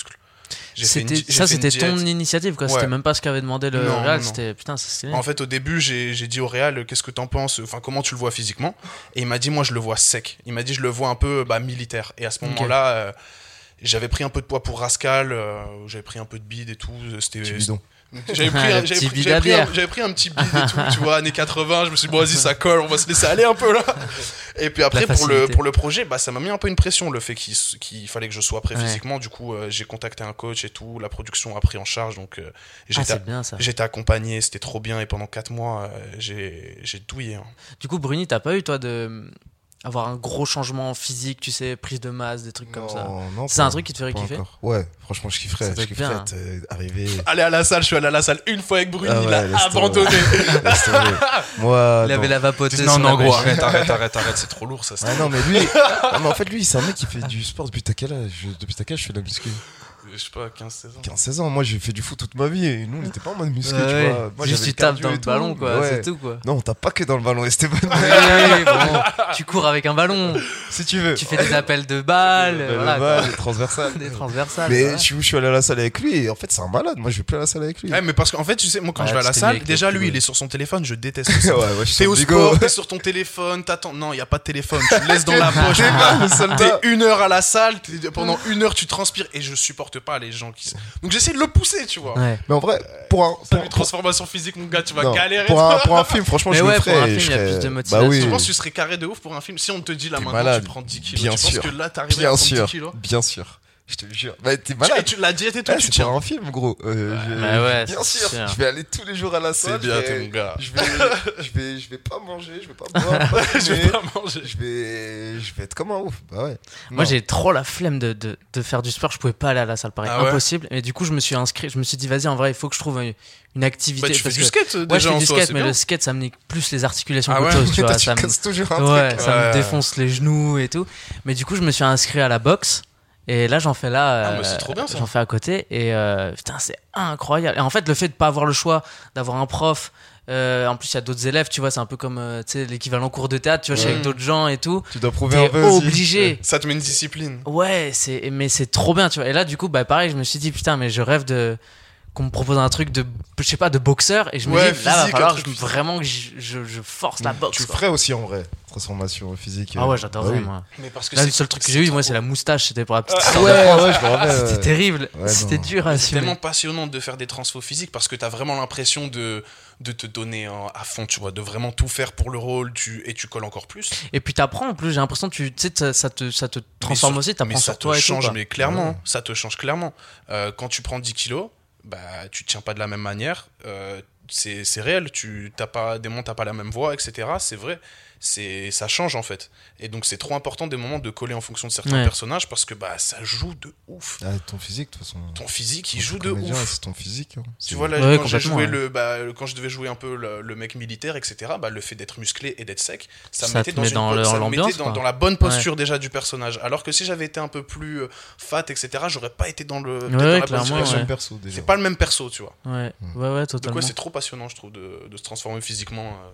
J'ai fait une C'était, di- j'ai ça, fait une c'était ton diète. initiative, quoi. Ouais. C'était même pas ce qu'avait demandé le Non, Real. non. C'était putain, c'est stylé. En fait, au début, j'ai, j'ai dit au Real, euh, qu'est-ce que t'en penses, enfin, comment tu le vois physiquement? Et il m'a dit, moi, je le vois sec. Il m'a dit, je le vois un peu bah, militaire. Et à ce Ok. moment-là, euh, j'avais pris un peu de poids pour Rascal, euh, j'avais pris un peu de bide et tout. C'était, Petit bidon. J'avais pris, Le un, petit j'avais, pris, bide j'avais, à pris un, bière. j'avais pris un petit bide et tout, tu vois, années quatre-vingts. Je me suis dit, bon, vas-y, ça colle, on va se laisser aller un peu là. Et puis après, La pour le, facilité. pour le projet, bah, ça m'a mis un peu une pression, le fait qu'il, s- qu'il fallait que je sois prêt Ouais. physiquement. Du coup, euh, j'ai contacté un coach et tout. La production a pris en charge. Donc, euh, Ah, j'étais, c'est bien ça. j'étais accompagné, c'était trop bien. Et pendant quatre mois, euh, j'ai, j'ai douillé. Hein. Du coup, Bruni, t'as pas eu, toi, de avoir un gros changement physique, tu sais, prise de masse, des trucs comme ça? Non, non, C'est pas- un truc qui te ferait pas kiffer? encore. Ouais, franchement, je kifferais. Ça Je doit être kifferais bien, être, euh, arrivé. Aller à la salle, je suis allé à la salle une fois avec Bruni, Ah il ouais, a laisse tomber. abandonné. Laisse tomber. Moi, Il avait non. la vapoteuse non, sur non, la gros, machine. arrête, arrête, arrête, arrête, c'est trop lourd ça. c'est Ouais, trop non, mais lui, non, mais en fait, lui, c'est un mec qui fait du sport depuis ta quel âge Je- Depuis ta quel âge je fais de la muscu lourd. Je sais pas, quinze seize ans. quinze seize ans. Moi, j'ai fait du foot toute ma vie et nous, on n'était pas en mode muscu, Ouais, tu ouais. vois. Moi, Juste j'avais tu le tapes cardio dans et le tout, ballon, quoi, ouais. c'est tout, quoi. Non, on tape pas que dans le ballon, Esteban. Oui, oui, bon, tu cours avec un ballon, Si tu veux. tu fais des appels de balles, Des voilà, balles, quoi. des transversales. Des transversales. Mais voilà. je suis, je suis allé à la salle avec lui et en fait, c'est un malade. Moi, je vais plus à la salle avec lui. Ouais, mais parce qu'en fait, tu sais, moi quand Ouais, je vais à la c'était salle, mieux que déjà le lui, football. il est sur son téléphone, je déteste ça. ouais, ouais, je suis T'es sur au Bigo. sport, t'es sur ton téléphone, t'attends. Non, il y a pas de téléphone, tu le laisses dans la poche. T'es mon là, gars. le soldat. T'es une heure à la salle, t'es- pendant une heure tu transpires et je supporte pas les gens qui. Donc j'essaie de le pousser, tu vois. Ouais. Mais en vrai, pour un, Salut, pour, pour- transformation physique, mon gars, tu vas non, galérer. pour un, pour un film, franchement, Mais je ouais, le pour ferais. un film, je il y a serais- plus de Bah motivation. oui. Je pense que tu serais carré de ouf pour un film. Si on te dit là T'es maintenant, malade. tu prends dix kilos, Bien tu sûr. penses que là t'arrives à Bien prendre dix sûr, kilos. bien sûr. Je te le jure. Bah, t'es Tu- malade. et tu- La diète et tout, Ouais, tu c'est tiens. pour un film, gros. Euh, je- Bah ouais, bien c'est sûr. sûr. Je vais aller tous les jours à la salle. C'est bien, je t'es vais- mon gars. Je vais, je vais, je vais pas manger, je vais pas boire. Je vais mais pas manger. je vais, je vais être comme un ouf. Bah ouais. Moi, Non. j'ai trop la flemme de, de, de faire du sport. Je pouvais pas aller à la salle, pareil. Ah ouais Impossible. Et du coup, je me suis inscrit. Je me suis dit, vas-y, en vrai, il faut que je trouve une, une activité. Bah, tu fais parce du que- skate Ouais, je déjà fais en du soi, skate, c'est mais bien. le skate, ça me nique plus les articulations Ah qu'autre ouais chose. Tu Toi, vois, tu ça me, casses toujours un ouais, truc. ça Ouais. me défonce les genoux et tout. Mais du coup, je me suis inscrit à la boxe. Et là, j'en fais là. Ah, euh, mais c'est trop bien, ça. J'en fais à côté. Et euh, putain, c'est incroyable. Et en fait, le fait de pas avoir le choix d'avoir un prof. euh, en plus, il y a d'autres élèves, tu vois, c'est un peu comme euh, tu sais, l'équivalent cours de théâtre, tu vois, je suis Ouais. avec d'autres gens et tout. Tu dois prouver un T'es peu. aussi. obligé. Ça te met une discipline. Ouais, c'est mais c'est trop bien, tu vois. Et là, du coup, bah pareil, je me suis dit putain, mais je rêve de qu'on me propose un truc de je sais pas de boxeur et je me Ouais, dis là va physique, falloir un que truc je- vraiment que je, je, je force la boxe. Tu le quoi. ferais aussi en vrai. Transformation physique. Ah ouais, euh, j'adorerais bah oui. moi. Mais parce que Là, c'est le seul truc que c'est j'ai eu, trop moi, c'est beau. la moustache, c'était pour la petite Ah, histoire. Ouais, de France. ouais, je me rappelle. C'était ouais. terrible, Ouais, c'était non. dur à C'est assumer. tellement passionnant de faire des transfos physiques parce que t'as vraiment l'impression de, de te donner en- à fond, tu vois, de vraiment tout faire pour le rôle tu, et tu colles encore plus. Et puis t'apprends en plus, j'ai l'impression que tu tu sais ça, ça te ça te transforme Mais sur- aussi, mais t'apprends ça sur toi te et tout. change, quoi. mais clairement, Ouais. ça te change clairement. Euh, quand tu prends dix kilos, bah, tu tiens pas de la même manière. Euh, c'est c'est réel, tu t'as pas des moments t'as pas la même voix, et cetera. C'est vrai, c'est ça change en fait. Et donc c'est trop important des moments de coller en fonction de certains Ouais. personnages parce que bah ça joue de ouf. Ah, ton physique, de toute façon. Ton physique, il Ton joue de comédien, ouf. C'est ton physique. hein. Tu C'est- vois là, Ouais, quand j'ai complètement, joué ouais. le, bah, quand je devais jouer un peu le, le mec militaire, et cetera. Bah, le fait d'être musclé et d'être sec, ça, Ça me mettait te dans met une dans po- le- ça dans me mettait l'ambiance, dans, quoi. dans la bonne posture déjà du personnage. Alors que si j'avais été un peu plus euh, fat, et cetera. J'aurais pas été dans le. peut-être dans la bonne clairement, situation. C'est ouais. le perso déjà. C'est pas le même perso, tu vois. Ouais, Mm. ouais ouais, Donc totalement. ouais, c'est trop passionnant, je trouve, de, de se transformer physiquement. euh.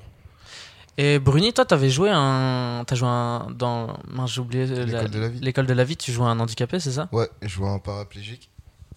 Et Bruni, toi, t'avais joué un. T'as joué un. Dans. Mince, j'ai oublié. euh, L'école de la vie. L'école de la vie, tu jouais un handicapé, c'est ça? Ouais, je vois un paraplégique.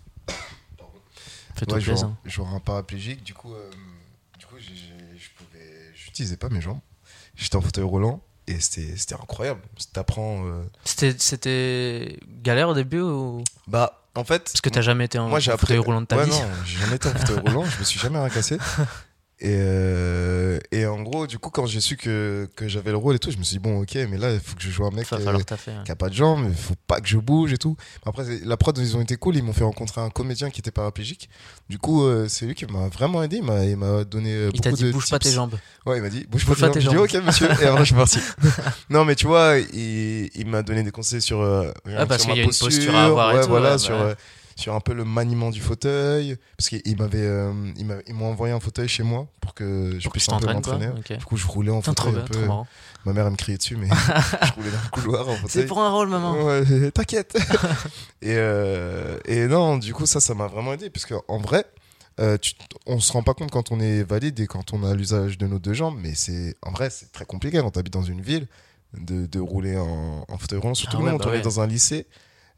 Fais-toi Ouais, je plaisir. vois, je vois un paraplégique. Du coup, euh, du coup, j'ai- j'ai- je pouvais, j'utilisais pas mes jambes. J'étais en fauteuil roulant et c'était, c'était incroyable. T'apprends. euh, C'était, c'était galère au début ou. Bah, en fait. Parce que t'as jamais été en Moi, j'ai en fauteuil appris- roulant de ta ouais, vie. non, j'ai jamais été en fauteuil roulant. Je me suis jamais rien cassé. Et, euh, et en gros, du coup, quand j'ai su que, que j'avais le rôle et tout, je me suis dit, bon, ok, mais là, il faut que je joue un mec Il va euh, falloir taffer. ouais. qui a pas de jambes, il faut pas que je bouge et tout. Après, c'est- la prod, ils ont été cool, ils m'ont fait rencontrer un comédien qui était paraplégique. Du coup, euh, c'est lui qui m'a vraiment aidé, il m'a, il m'a donné euh, Il t'a beaucoup dit de bouge pas tips. tes jambes. Ouais, il m'a dit bouge, Bouge pas pas tes tes jambes. J'ai dit, jambes. ok, monsieur. Et alors, je suis parti. Non, mais tu vois, il, il m'a donné des conseils sur, euh, rien Ah, que parce sur qu'il ma y a une posture à avoir et ouais, tout, voilà, ouais, sur, bah ouais. euh, sur un peu le maniement du fauteuil. Parce qu'il m'avait, euh, il m'a, ils m'ont envoyé un fauteuil chez moi pour que je Pour que puisse tu un peu t'entraînes, quoi. m'entraîner. Ok. Du coup, je roulais en Putain, trop fauteuil bien, un trop peu. marrant. Ma mère, elle me criait dessus, mais je roulais dans le couloir en fauteuil. C'est pour un rôle, maman. Ouais, t'inquiète. et, euh, et non, du coup, ça, ça m'a vraiment aidé. Parce qu'en vrai, euh, tu, on se rend pas compte quand on est valide et quand on a l'usage de nos deux jambes. Mais c'est, en vrai, c'est très compliqué quand tu habites dans une ville de, de rouler en, en fauteuil roulant. Surtout Ah nous, ouais, quand bah on ouais. est dans un lycée.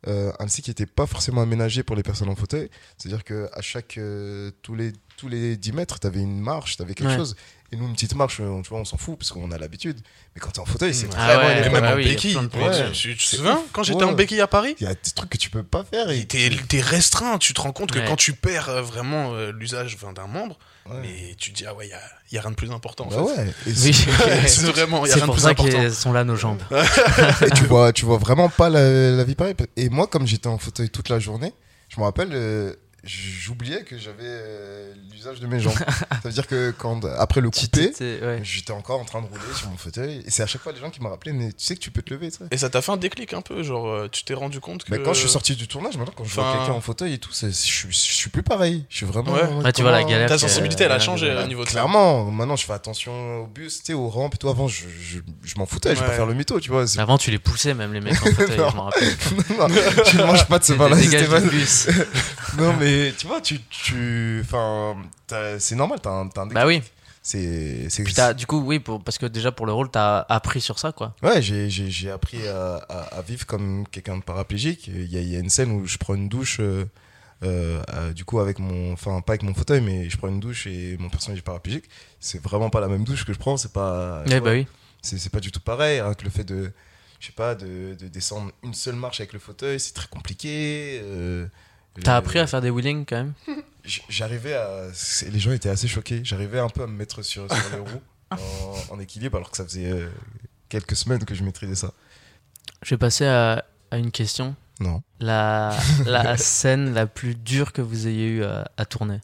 euh, un site qui n'était pas forcément aménagé pour les personnes en fauteuil. C'est-à-dire qu'à chaque, euh, tous, les, tous les dix mètres, tu avais une marche, tu avais quelque Ouais. chose. Et nous, une petite marche, on, tu vois, on s'en fout parce qu'on a l'habitude. Mais quand tu es en fauteuil, c'est Ah vraiment ouais, Et énorme. même bah en oui, il y a béquille. plein de Ouais, trucs. tu tu te C'est souviens ouf. quand j'étais Ouais. en béquille à Paris? Il y a des trucs que tu peux pas faire. Et T'es t'es restreint, tu te rends compte que Ouais. quand tu perds euh, vraiment euh, l'usage enfin, d'un membre, Ouais. mais tu te dis, ah ouais, il y a, y a rien de plus important en Bah fait. ouais. Et Oui. Ouais, c'est vraiment, il y a C'est rien de pour plus ça important. qu'elles sont là, nos jambes. Et tu vois, tu vois vraiment pas la, la vie pareille. Et moi, comme j'étais en fauteuil toute la journée, je me rappelle, euh, j'oubliais que j'avais euh, l'usage de mes jambes. Ça veut dire que quand, après le Tu couper, t'étais- ouais. j'étais encore en train de rouler sur mon fauteuil. Et c'est à chaque fois les gens qui me rappelaient, mais tu sais que tu peux te lever, ça. Et ça t'a fait un déclic un peu, genre euh, tu t'es rendu compte que. Mais quand je suis sorti du tournage, maintenant, quand je vois Enfin- quelqu'un en fauteuil et tout, c'est- je suis, je suis plus pareil. Je suis vraiment. Ouais. en mode Ouais, tu vois la comment- galère. Ta que- sensibilité, elle a ouais, changé ouais. au niveau de ça. Clairement, maintenant je fais attention au bus, tu sais, aux rampes et tout. Avant, je, je, je m'en foutais, je vais Ouais. pas faire le mytho, tu vois. c'est- Avant, tu les poussais même, les mecs en fauteuil, Non. je me rappelle. Non, tu ne manges pas de ce pain-là, Dégage Stéphane. du bus. Non, mais tu vois, tu. tu enfin, t'as- c'est normal, t'as un, t'as un déclic. Bah oui. C'est. c'est- Puis t'as- du coup, oui, pour, parce que déjà pour le rôle, t'as appris sur ça, quoi. Ouais, j'ai, j'ai, j'ai appris à, à, à vivre comme quelqu'un de paraplégique. Il y, a, il y a une scène où je prends une douche, euh, euh, euh, du coup, avec mon. Enfin, pas avec mon fauteuil, mais je prends une douche et mon personnage est paraplégique. C'est vraiment pas la même douche que je prends, c'est pas. tu Ouais, vois, bah oui. c'est, c'est pas du tout pareil. Avec le fait de. Je sais pas, de, de descendre une seule marche avec le fauteuil, c'est très compliqué. euh, T'as euh, appris à faire des wheelings quand même. j- J'arrivais à. c'est- Les gens étaient assez choqués. J'arrivais un peu à me mettre sur, sur les roues en, en équilibre, alors que ça faisait euh, quelques semaines que je maîtrisais ça. Je vais passer à, à une question. Non. La, la scène la plus dure que vous ayez eu à, à tourner.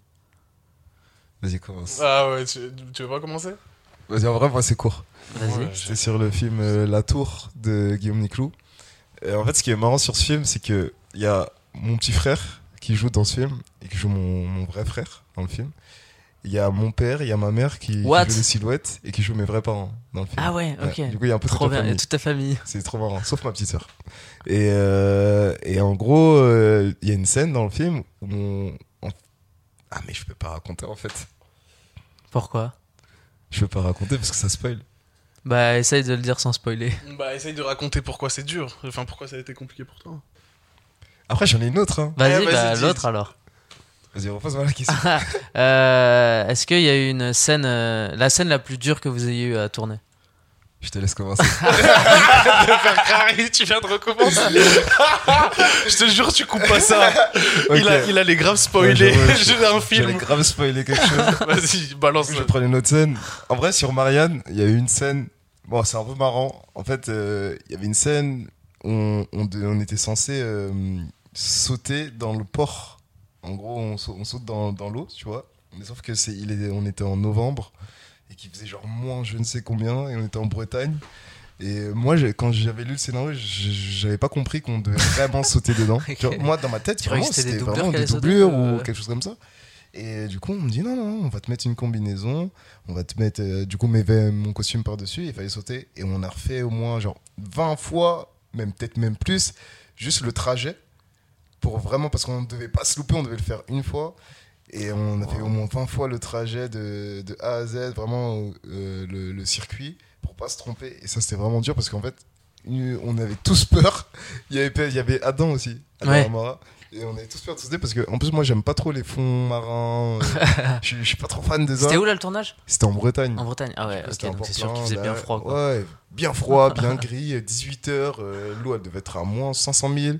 Vas-y, commence. Ah ouais, tu, tu veux pas commencer? Vas-y, en vrai, moi, c'est court. Vas-y. Ouais, C'était sur le film euh, La Tour de Guillaume Niclou. Et en fait, ce qui est marrant sur ce film, c'est qu'il y a mon petit frère qui joue dans ce film et qui joue mon, mon vrai frère dans le film. Il y a mon père, il y a ma mère qui, qui What joue les silhouettes et qui joue mes vrais parents dans le film. Ah ouais, ok. Ouais, du coup, il y a un peu Trop toute la bien, et famille. toute ta famille. C'est trop marrant, sauf ma petite sœur. Et, euh, et en gros, euh, il y a une scène dans le film où on... on- Ah, mais je peux pas raconter en fait. Pourquoi? Je peux pas raconter parce que ça spoil. Bah, essaye de le dire sans spoiler. Bah essaye de raconter pourquoi c'est dur, enfin pourquoi ça a été compliqué pour toi. Après, j'en ai une autre. Hein. Vas-y, Eh, vas-y, bah, dis. l'autre alors. Vas-y, repose-moi la question. Euh, Est-ce qu'il y a eu une scène, euh, la scène la plus dure que vous ayez eu à tourner? Je te laisse commencer. Harry, tu viens de recommencer. Je te jure, tu coupes pas ça. Il, a, Ok. il allait grave spoiler. Ouais, je- J'ai un J'allais film. grave spoiler quelque chose. Vas-y, balance. Je vais prendre une autre scène. En vrai, sur Marianne, il y a eu une scène. Bon, c'est un peu marrant. En fait, euh, il y avait une scène où on, on, de- on était censé euh, sauter dans le port. En gros, on, sau- on saute dans, dans l'eau, tu vois. Mais sauf que c'est, il est, on était en novembre et qu'il faisait genre moins je ne sais combien et on était en Bretagne. Et euh, moi, j'ai- quand j'avais lu le scénario, j- j'avais pas compris qu'on devait vraiment sauter dedans. Ok. Tu vois, moi, dans ma tête, Tu croyais vraiment, que c'était des c'était doubleurs vraiment qui des allaient sauter, doublures euh, ou quelque chose comme ça. Et du coup, on me dit non, non, on va te mettre une combinaison, on va te mettre euh, du coup mes, mon costume par-dessus, il fallait sauter. Et on a refait au moins genre vingt fois, même peut-être même plus, juste le trajet, pour vraiment, parce qu'on ne devait pas se louper, on devait le faire une fois. Et on a fait au moins vingt fois le trajet de, de A à Z, vraiment euh, le, le circuit, pour pas se tromper. Et ça, c'était vraiment dur parce qu'en fait, une- on avait tous peur. Il y avait, il y avait Adam aussi, Adam Ouais. Amara. Et on avait tous peur de sauter parce que, en plus, moi, j'aime pas trop les fonds marins. euh, je, suis- je suis pas trop fan des C'était arbres. où là le tournage? C'était en Bretagne. En Bretagne. Ah ouais, C'était ok, un donc c'est sûr port-plein, qu'il faisait bien derrière. froid, quoi. Ouais, bien froid, bien gris, dix-huit heures. euh, L'eau, elle devait être à moins cinq cent mille.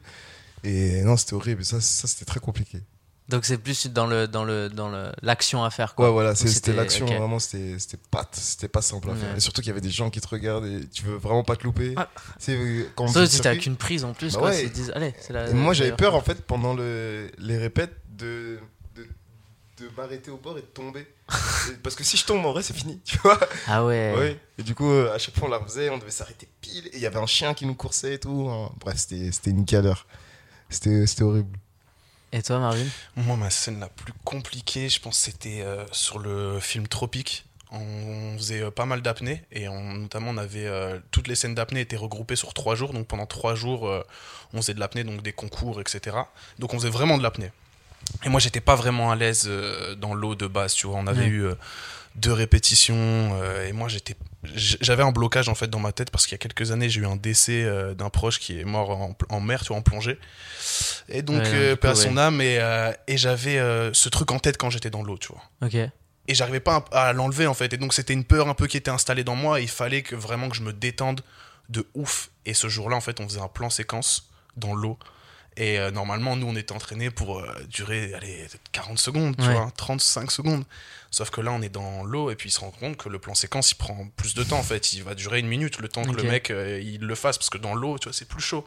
Et non, c'était horrible. Ça, ça c'était très compliqué. Donc c'est plus dans le dans le dans le l'action à faire, quoi. Ouais, voilà, Donc c'est- c'était l'action, ok. vraiment, c'était c'était pas, c'était pas simple à faire. Ouais. Et surtout qu'il y avait des gens qui te regardent et tu veux vraiment pas te louper. Ah. C'est euh, quand on Toi fait aussi le t'as circuit. qu'une prise en plus, Bah quoi. ouais. Ils se disent, allez, c'est la. Et moi, j'avais la- peur en fait pendant le, les répètes de, de, de m'arrêter au bord et de tomber. Et parce que si je tombe en vrai, c'est fini, tu vois. Ah ouais. Ouais. Et du coup, euh, à chaque fois, on la refaisait, on devait s'arrêter pile. Et il y avait un chien qui nous coursait et tout. hein. Bref, c'était c'était une caleur. C'était c'était horrible. Et toi, Marvin? Moi, ma scène la plus compliquée, je pense, c'était euh, sur le film Tropique. On faisait euh, pas mal d'apnée et on, notamment on avait euh, toutes les scènes d'apnée étaient regroupées sur trois jours. Donc pendant trois jours, euh, on faisait de l'apnée, donc des concours, et cetera. Donc on faisait vraiment de l'apnée. Et moi, j'étais pas vraiment à l'aise euh, dans l'eau de base. Tu vois, on avait Ouais. eu euh, deux répétitions euh, et moi, j'étais j'avais un blocage en fait dans ma tête parce qu'il y a quelques années j'ai eu un décès euh, d'un proche qui est mort en, en mer, tu vois, en plongée. Et donc, ouais, euh, coup, paix à ouais. son âme, et, euh, et j'avais euh, ce truc en tête quand j'étais dans l'eau, tu vois. Ok. Et j'arrivais pas à, à l'enlever en fait. Et donc c'était une peur un peu qui était installée dans moi. Et il fallait que vraiment que je me détende de ouf. Et ce jour-là, en fait, on faisait un plan séquence dans l'eau. Et euh, normalement, nous, on était entraînés pour euh, durer allez, quarante secondes, tu ouais. vois, trente-cinq secondes. Sauf que là, on est dans l'eau et puis il se rend compte que le plan séquence, il prend plus de temps en fait. Il va durer une minute, le temps okay. que le mec euh, il le fasse, parce que dans l'eau, tu vois, c'est plus chaud.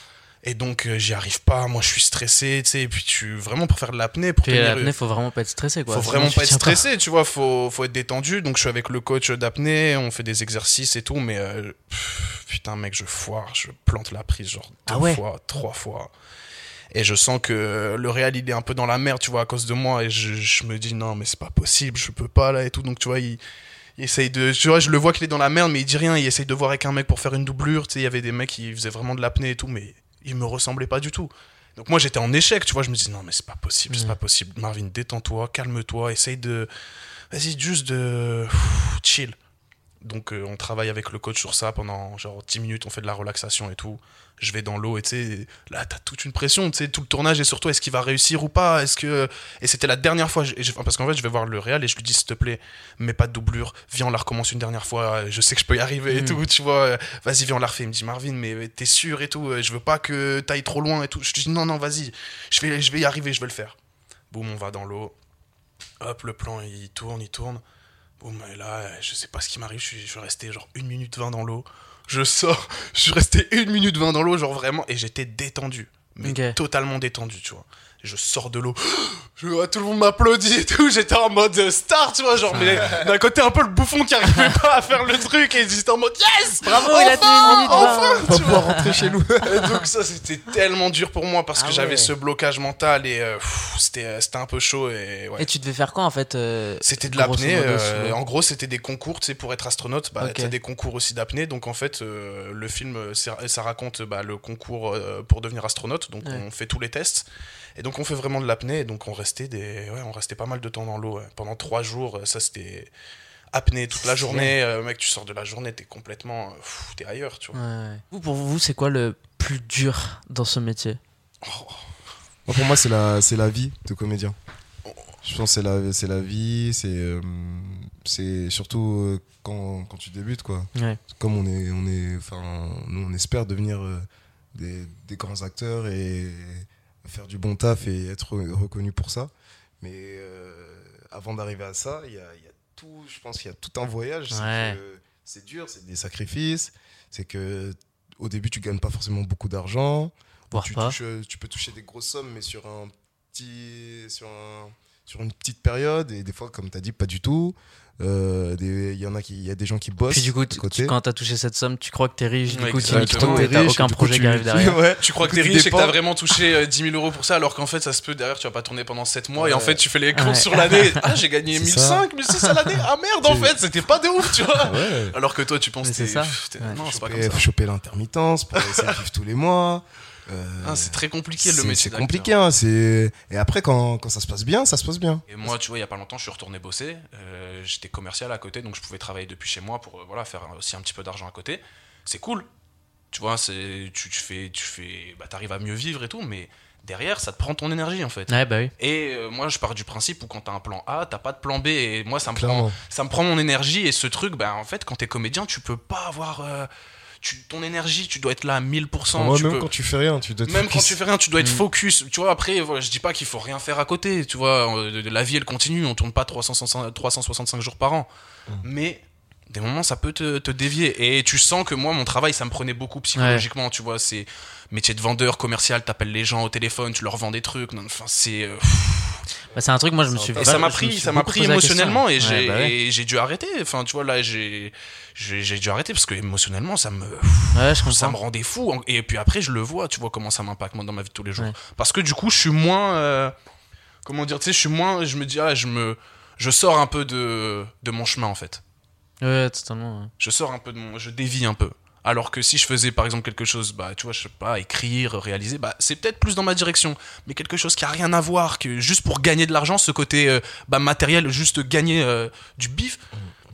Et donc, euh, j'y arrive pas. Moi, je suis stressé, tu sais. Et puis, tu vraiment pour faire de l'apnée, pour puis tenir. L'apnée, faut vraiment pas être stressé, quoi. Faut Sinon, vraiment tu pas être tiens stressé, tu vois. Faut, faut être détendu. Donc, je suis avec le coach d'apnée. On fait des exercices et tout. Mais euh, pff, putain, mec, je foire. Je plante la prise, genre deux ah ouais. fois, trois fois. Et je sens que le Real, il est un peu dans la merde, tu vois, à cause de moi. Et je, je me dis, non, mais c'est pas possible. Je peux pas, là, et tout. Donc, tu vois, il. Il essaye de, tu vois, je le vois qu'il est dans la merde, mais il dit rien. Il essaye de voir avec un mec pour faire une doublure. Tu sais, il y avait des mecs qui faisaient vraiment de l'apnée et tout, mais il me ressemblait pas du tout. Donc moi, j'étais en échec, tu vois. Je me dis non, mais c'est pas possible, mmh. c'est pas possible. Marvin, détends-toi, calme-toi, essaye de, vas-y, juste de Pff, chill. Donc euh, on travaille avec le coach sur ça pendant genre dix minutes. On fait de la relaxation et tout. Je vais dans l'eau et tu sais, là, t'as toute une pression, tu sais, tout le tournage est sur toi. Est-ce qu'il va réussir ou pas? Est-ce que... Et c'était la dernière fois, je... parce qu'en fait, je vais voir le Real et je lui dis, s'il te plaît, mets pas de doublure, viens, on la recommence une dernière fois, je sais que je peux y arriver et mmh. tout, tu vois, vas-y, viens, on la refait. Il me dit, Marvin, mais t'es sûr et tout, je veux pas que t'ailles trop loin et tout. Je lui dis, non, non, vas-y, je vais, je vais y arriver, je vais le faire. Boum, on va dans l'eau, hop, le plan, il tourne, il tourne. Boum, et là, je sais pas ce qui m'arrive, je suis, je suis resté genre une minute vingt dans l'eau. Je sors, je suis resté une minute vingt dans l'eau, genre vraiment, et j'étais détendu, mais okay. totalement détendu, tu vois. Je sors de l'eau, je vois tout le monde m'applaudit et tout, j'étais en mode star, tu vois, genre, mais d'un côté un peu le bouffon qui arrivait pas à faire le truc, et j'étais en mode yes, bravo, enfin, il a tenu une minute, enfin, on va pouvoir rentrer chez nous. Et donc ça, c'était tellement dur pour moi parce ah que ouais. j'avais ce blocage mental et euh, pff, c'était, c'était un peu chaud. Et, ouais. et tu devais faire quoi en fait euh, C'était de l'apnée, euh, en gros c'était des concours, tu sais, pour être astronaute, bah, okay. t'as des concours aussi d'apnée, donc en fait euh, le film, ça raconte bah, le concours euh, pour devenir astronaute, donc ouais. on fait tous les tests. Et donc on fait vraiment de l'apnée, et donc on restait, des... ouais, on restait pas mal de temps dans l'eau. Ouais. Pendant trois jours, ça c'était apnée toute la journée. Euh, mec, tu sors de la journée, t'es complètement... Pff, t'es ailleurs, tu vois. Ouais. Vous, pour vous, c'est quoi le plus dur dans ce métier? oh. Moi, pour moi, c'est la, c'est la vie de comédien. Je pense que c'est la, c'est la vie, c'est, euh, c'est surtout euh, quand, quand tu débutes, quoi. Ouais. Comme on est, on est, enfin, nous on espère devenir euh, des, des grands acteurs et faire du bon taf et être reconnu pour ça. Mais euh, avant d'arriver à ça, il y a, y a tout, je pense qu'il y a tout un voyage. Ouais. C'est, que c'est dur, c'est des sacrifices. C'est que au début, tu gagnes pas forcément beaucoup d'argent. Voire tu, pas. touches, tu peux toucher des grosses sommes, mais sur un petit, sur un, sur une petite période. Et des fois, comme tu as dit, pas du tout. Il euh, y en a qui, il y a des gens qui bossent. Puis du coup, tu, tu, quand t'as touché cette somme, tu crois que t'es riche, du ouais, coup tu ouais, niques tout et t'as aucun projet tu, qui arrive derrière. Ouais, tu crois que t'es riche et que t'as vraiment touché euh, dix mille euros pour ça, alors qu'en fait ça se peut derrière tu vas pas tourner pendant sept mois ouais. et en fait tu fais les comptes ouais. sur l'année. Ah, j'ai gagné mille cinq, mille six à l'année. Ah merde, en fait c'était pas de ouf, tu vois. Ouais. Alors que toi tu penses que c'est ça. T'es... Ouais. Non, c'est choper, pas comme ça. Faut choper l'intermittence pour essayer de vivre tous les mois. Euh, ah, c'est très compliqué le c'est, métier. C'est compliqué, hein, c'est... Et après, quand, quand ça se passe bien, ça se passe bien. Et moi, tu vois, il y a pas longtemps, je suis retourné bosser. Euh, j'étais commercial à côté, donc je pouvais travailler depuis chez moi pour euh, voilà, faire aussi un petit peu d'argent à côté. C'est cool. Tu vois, c'est, tu, tu fais, tu fais, bah, t'arrives à mieux vivre et tout, mais derrière, ça te prend ton énergie en fait. Ouais, bah oui. Et euh, moi, je pars du principe où quand t'as un plan A, t'as pas de plan B. Et moi, ça me, prend, ça me prend mon énergie. Et ce truc, bah, en fait, quand t'es comédien, tu peux pas avoir. Euh, Tu, ton énergie, tu dois être là à mille pour cent. Moi, tu même peux... quand tu fais rien, tu dois être Même focus. quand tu fais rien, tu dois être mmh. focus. Tu vois, après, voilà, je dis pas qu'il faut rien faire à côté. Tu vois, la vie, elle continue. On tourne pas trois cent soixante-cinq jours par an. Mmh. Mais des moments, ça peut te, te dévier. Et tu sens que moi, mon travail, ça me prenait beaucoup psychologiquement. Ouais. Tu vois, c'est métier de vendeur commercial. T'appelles les gens au téléphone, tu leur vends des trucs. Enfin, c'est. Euh... Bah, c'est un truc, moi, je me suis. Et ça m'a pris, ça m'a pris émotionnellement et, ouais, j'ai, bah ouais. et j'ai dû arrêter. Enfin, tu vois, là, j'ai, j'ai, j'ai dû arrêter parce que émotionnellement, ça me, ouais, je ça me rendait fou. Et puis après, je le vois, tu vois comment ça m'impacte moi dans ma vie de tous les jours. Ouais. Parce que du coup, je suis moins, euh, comment dire, tu sais, je suis moins, je me dis, ah, je me, je sors un peu de, de mon chemin en fait. Ouais, totalement. Ouais. Je sors un peu de mon, je dévie un peu. Alors que si je faisais par exemple quelque chose, bah tu vois, je sais pas, écrire, réaliser, bah c'est peut-être plus dans ma direction, mais quelque chose qui a rien à voir, que juste pour gagner de l'argent, ce côté euh, bah matériel, juste gagner euh, du bif,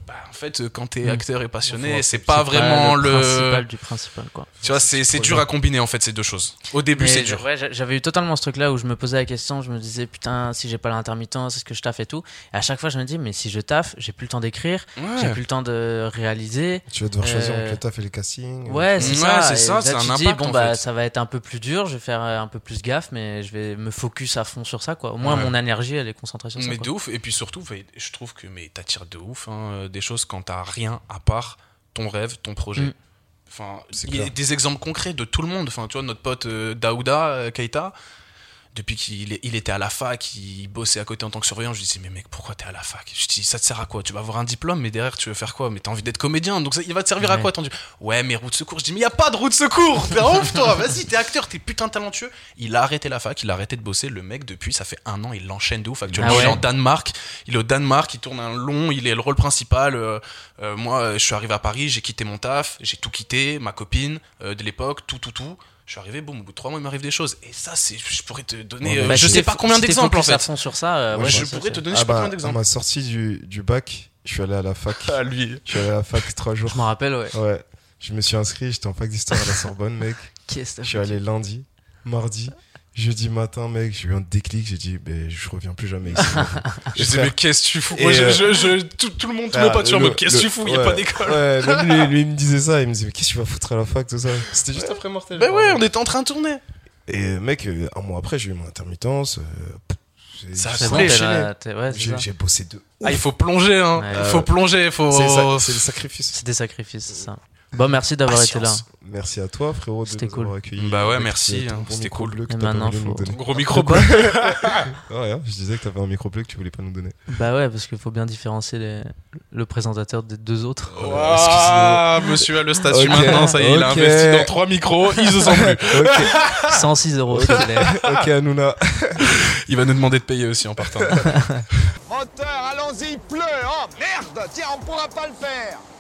bah, en fait, quand t'es Mm. acteur et passionné, Faut- c'est c'est pas C'est vraiment le le. principal du principal, quoi. Tu vois, c'est c'est dur à combiner en fait ces deux choses. Au début, Mais c'est dur. ouais, j'a- j'avais eu totalement ce truc-là où je me posais la question, je me disais putain, si j'ai pas l'intermittence, est-ce que je taffe et tout. Et à chaque fois, je me dis, mais si je taffe, j'ai plus le temps d'écrire, j'ai Ouais. plus le temps de réaliser. Tu vas devoir choisir Euh, entre le taf et les castings. Ouais, c'est Ouais, ça. c'est Et ça, là, c'est tu un te dis, impact, bon, en bah, fait. ça va être un peu plus dur, je vais faire euh, un peu plus gaffe, mais je vais me focus à fond sur ça, quoi. Au moins, Ouais. mon énergie, elle est concentrée sur ça. Mais quoi. de ouf, et puis surtout, fait, je trouve que mais t'attires de ouf hein, des choses quand t'as rien à part ton rêve, ton projet. Mm. Enfin, C'est il y a clair. des exemples concrets de tout le monde. Enfin, tu vois, notre pote euh, Daouda euh, Keita, depuis qu'il est- il était à la fac, il bossait à côté en tant que surveillant. Je lui disais, mais mec, pourquoi t'es à la fac? Je dis, ça te sert à quoi? Tu vas avoir un diplôme, mais derrière, tu veux faire quoi? Mais t'as envie d'être comédien, donc ça, il va te servir à Ouais. quoi ton diplôme? Ouais, mais roue de secours. Je dis, mais y a pas de roue de secours! T'es un ouf, toi! Vas-y, t'es acteur, t'es putain de talentueux. Il a arrêté la fac, il a arrêté de bosser. Le mec, depuis, ça fait un an, il l'enchaîne de ouf. Actuellement, Ah ouais. il est en Danemark. Il est au Danemark, il tourne un long, il est le rôle principal. Euh, euh, moi, je suis arrivé à Paris, j'ai quitté mon taf, j'ai tout quitté, ma copine euh, de l'époque, tout, tout, tout. Je suis arrivé, boum, au bout de trois mois, il m'arrive des choses. Et ça, c'est, je pourrais te donner, Ouais, euh, Bah, je si sais t'es pas fo- combien si t'es d'exemples en focus à fait. fond sur ça, euh, Ouais, ouais, je bah, pourrais c'est- te donner, Ah je sais pas bah, combien à d'exemples. ma sortie du, du bac, je suis allé à la fac. Ah, lui. Je suis allé à la fac trois jours. Je m'en rappelle, ouais. Ouais. Je me suis inscrit, j'étais en fac d'histoire à la Sorbonne, mec. Qu'est-ce que Je suis allé lundi, mardi, jeudi matin, mec. J'ai eu un déclic, j'ai dit, ben, je reviens plus jamais ici. Je disais, mais qu'est-ce que tu fous? Et Moi, je, euh, je, je- tout, tout le monde, tous Ah, mes potes sur le- moi, qu'est-ce que le- tu fous? Il y a ouais, pas d'école. Ouais, même lui, lui, il me disait ça. Il me disait, mais qu'est-ce que tu vas foutre à la fac, tout ça? C'était juste après Mortel. Bah ouais, on était en train de tourner. Et mec, euh, un mois après, j'ai eu mon intermittence. euh, pff, j'ai- Ça a j'ai C'est bon, Foulé, t'es enchaîné. là, t'es- ouais, c'est J'ai ça. j'ai bossé de ouf. Ah, il faut plonger, hein. Ouais. Il faut plonger, il faut. C'est ça- c'est le sacrifice. C'est des sacrifices, c'est ça. Bon, merci d'avoir été là. Patience. Merci à toi, frérot, de C'était nous cool. avoir accueillis. Bah ouais, Avec merci, ton hein, bon c'était micro cool. bleu que Et t'as pas maintenant, voulu nous faut- donner. Gros micro Quoi bleu. Ouais, hein, je disais que t'avais un micro bleu que tu voulais pas nous donner. Bah ouais, parce qu'il faut bien différencier les... le présentateur des deux autres. Ouah, monsieur a le statut Ok, maintenant, ça y est, il a ok. investi dans trois micros, il se sent plus. Ok, cent six euros, s'il vous plaît. ok, Hanouna. Il va nous demander de payer aussi en partant. Moteur, allons-y, il pleut. Oh merde, tiens, on pourra pas le faire.